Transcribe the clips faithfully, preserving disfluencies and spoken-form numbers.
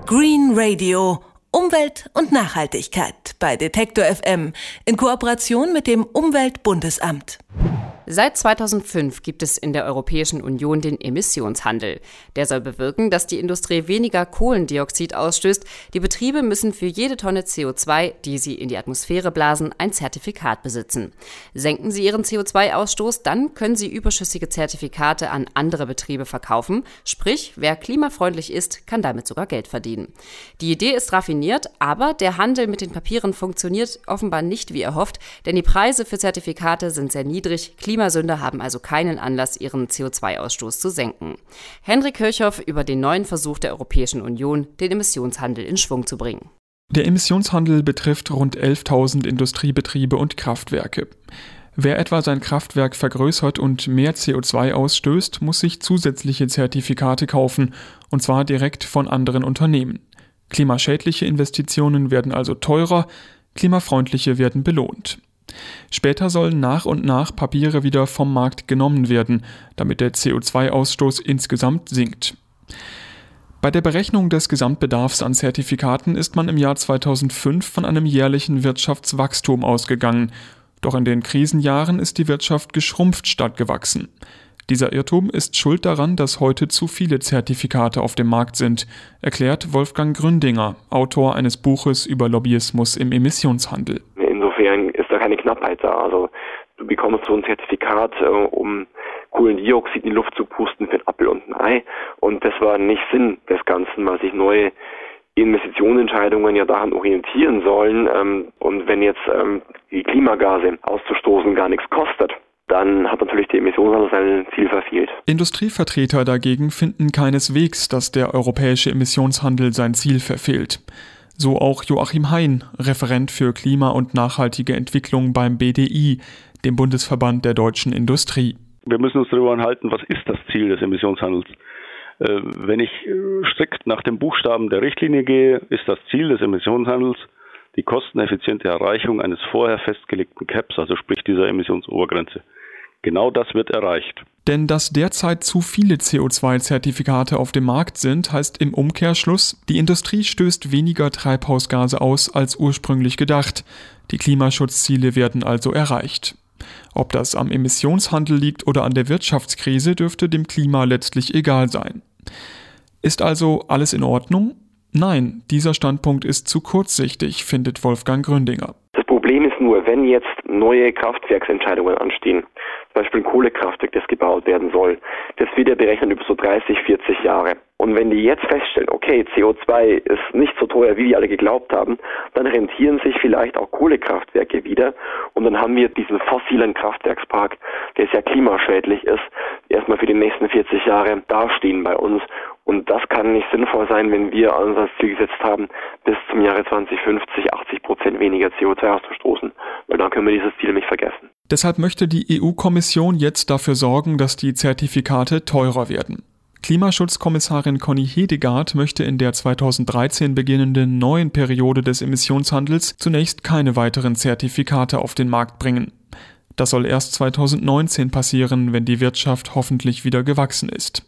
Green Radio. Umwelt und Nachhaltigkeit bei Detektor F M in Kooperation mit dem Umweltbundesamt. Seit zweitausendfünf gibt es in der Europäischen Union den Emissionshandel. Der soll bewirken, dass die Industrie weniger Kohlendioxid ausstößt. Die Betriebe müssen für jede Tonne C O zwei, die sie in die Atmosphäre blasen, ein Zertifikat besitzen. Senken sie ihren C O zwei Ausstoß, dann können sie überschüssige Zertifikate an andere Betriebe verkaufen. Sprich, wer klimafreundlich ist, kann damit sogar Geld verdienen. Die Idee ist raffiniert, aber der Handel mit den Papieren funktioniert offenbar nicht wie erhofft, denn die Preise für Zertifikate sind sehr niedrig. Klimasünder haben also keinen Anlass, ihren C O zwei Ausstoß zu senken. Henrik Kirchhoff über den neuen Versuch der Europäischen Union, den Emissionshandel in Schwung zu bringen. Der Emissionshandel betrifft rund elftausend Industriebetriebe und Kraftwerke. Wer etwa sein Kraftwerk vergrößert und mehr C O zwei ausstößt, muss sich zusätzliche Zertifikate kaufen, und zwar direkt von anderen Unternehmen. Klimaschädliche Investitionen werden also teurer, klimafreundliche werden belohnt. Später sollen nach und nach Papiere wieder vom Markt genommen werden, damit der C O zwei Ausstoß insgesamt sinkt. Bei der Berechnung des Gesamtbedarfs an Zertifikaten ist man im Jahr zweitausendfünf von einem jährlichen Wirtschaftswachstum ausgegangen. Doch in den Krisenjahren ist die Wirtschaft geschrumpft statt gewachsen. Dieser Irrtum ist schuld daran, dass heute zu viele Zertifikate auf dem Markt sind, erklärt Wolfgang Gründinger, Autor eines Buches über Lobbyismus im Emissionshandel. Insofern ist da keine Knappheit da. Also du bekommst so ein Zertifikat, äh, um Kohlendioxid in die Luft zu pusten für ein Apfel und ein Ei. Und das war nicht Sinn des Ganzen, weil sich neue Investitionsentscheidungen ja daran orientieren sollen. Ähm, und wenn jetzt ähm, die Klimagase auszustoßen gar nichts kostet, dann hat natürlich der Emissionshandel sein Ziel verfehlt. Industrievertreter dagegen finden keineswegs, dass der europäische Emissionshandel sein Ziel verfehlt. So auch Joachim Hein, Referent für Klima- und nachhaltige Entwicklung beim B D I, dem Bundesverband der deutschen Industrie. Wir müssen uns darüber unterhalten, was ist das Ziel des Emissionshandels? Äh, wenn ich strikt nach dem Buchstaben der Richtlinie gehe, ist das Ziel des Emissionshandels die kosteneffiziente Erreichung eines vorher festgelegten Caps, also sprich dieser Emissionsobergrenze. Genau das wird erreicht. Denn dass derzeit zu viele C O zwei Zertifikate auf dem Markt sind, heißt im Umkehrschluss, die Industrie stößt weniger Treibhausgase aus als ursprünglich gedacht. Die Klimaschutzziele werden also erreicht. Ob das am Emissionshandel liegt oder an der Wirtschaftskrise, dürfte dem Klima letztlich egal sein. Ist also alles in Ordnung? Nein, dieser Standpunkt ist zu kurzsichtig, findet Wolfgang Gründinger. Das Problem ist nur, wenn jetzt neue Kraftwerksentscheidungen anstehen, zum Beispiel ein Kohlekraftwerk, das gebaut werden soll, das wird ja berechnet über so dreißig, vierzig Jahre. Und wenn die jetzt feststellen, okay, C O zwei ist nicht so teuer, wie die alle geglaubt haben, dann rentieren sich vielleicht auch Kohlekraftwerke wieder. Und dann haben wir diesen fossilen Kraftwerkspark, der sehr klimaschädlich ist, erstmal für die nächsten vierzig Jahre dastehen bei uns. Und das kann nicht sinnvoll sein, wenn wir uns als Ziel gesetzt haben, bis zum Jahre zwanzig fünfzig achtzig Prozent weniger C O zwei auszustoßen. Weil dann können wir dieses Ziel nicht vergessen. Deshalb möchte die E U-Kommission jetzt dafür sorgen, dass die Zertifikate teurer werden. Klimaschutzkommissarin Conny Hedegaard möchte in der zweitausenddreizehn beginnenden neuen Periode des Emissionshandels zunächst keine weiteren Zertifikate auf den Markt bringen. Das soll erst zweitausendneunzehn passieren, wenn die Wirtschaft hoffentlich wieder gewachsen ist.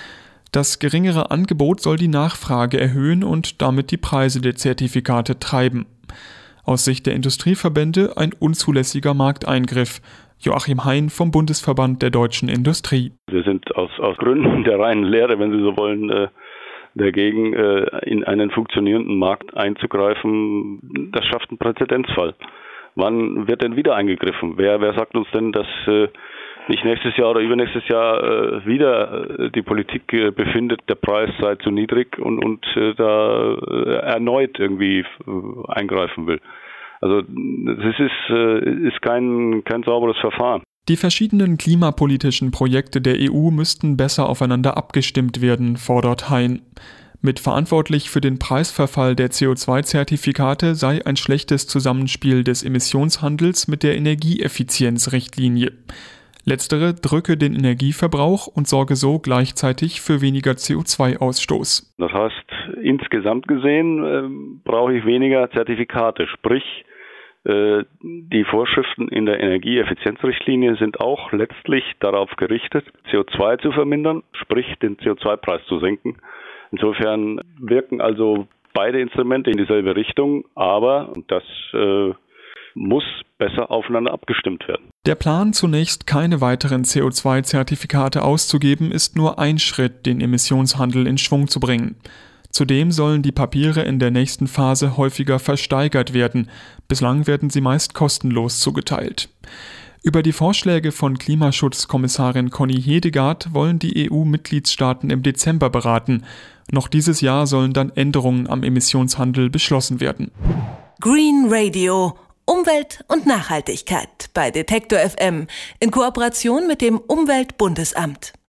Das geringere Angebot soll die Nachfrage erhöhen und damit die Preise der Zertifikate treiben. Aus Sicht der Industrieverbände ein unzulässiger Markteingriff. Joachim Hein vom Bundesverband der deutschen Industrie. Wir sind aus, aus Gründen der reinen Lehre, wenn Sie so wollen, äh, dagegen, äh, in einen funktionierenden Markt einzugreifen. Das schafft einen Präzedenzfall. Wann wird denn wieder eingegriffen? Wer, wer sagt uns denn, dass äh, nicht nächstes Jahr oder übernächstes Jahr äh, wieder äh, die Politik äh, befindet, der Preis sei zu niedrig und, und äh, da äh, erneut irgendwie äh, eingreifen will? Also es ist, äh, ist kein, kein sauberes Verfahren. Die verschiedenen klimapolitischen Projekte der E U müssten besser aufeinander abgestimmt werden, fordert Hein. Mit verantwortlich für den Preisverfall der C O zwei Zertifikate sei ein schlechtes Zusammenspiel des Emissionshandels mit der Energieeffizienzrichtlinie. Letztere drücke den Energieverbrauch und sorge so gleichzeitig für weniger C O zwei Ausstoß. Das heißt, insgesamt gesehen äh, brauche ich weniger Zertifikate, sprich äh, die Vorschriften in der Energieeffizienzrichtlinie sind auch letztlich darauf gerichtet, C O zwei zu vermindern, sprich den C O zwei Preis zu senken. Insofern wirken also beide Instrumente in dieselbe Richtung, aber das äh, muss besser aufeinander abgestimmt werden. Der Plan, zunächst keine weiteren C O zwei Zertifikate auszugeben, ist nur ein Schritt, den Emissionshandel in Schwung zu bringen. Zudem sollen die Papiere in der nächsten Phase häufiger versteigert werden. Bislang werden sie meist kostenlos zugeteilt. Über die Vorschläge von Klimaschutzkommissarin Connie Hedegaard wollen die E U-Mitgliedstaaten im Dezember beraten. Noch dieses Jahr sollen dann Änderungen am Emissionshandel beschlossen werden. Green Radio. Umwelt und Nachhaltigkeit bei Detektor F M in Kooperation mit dem Umweltbundesamt.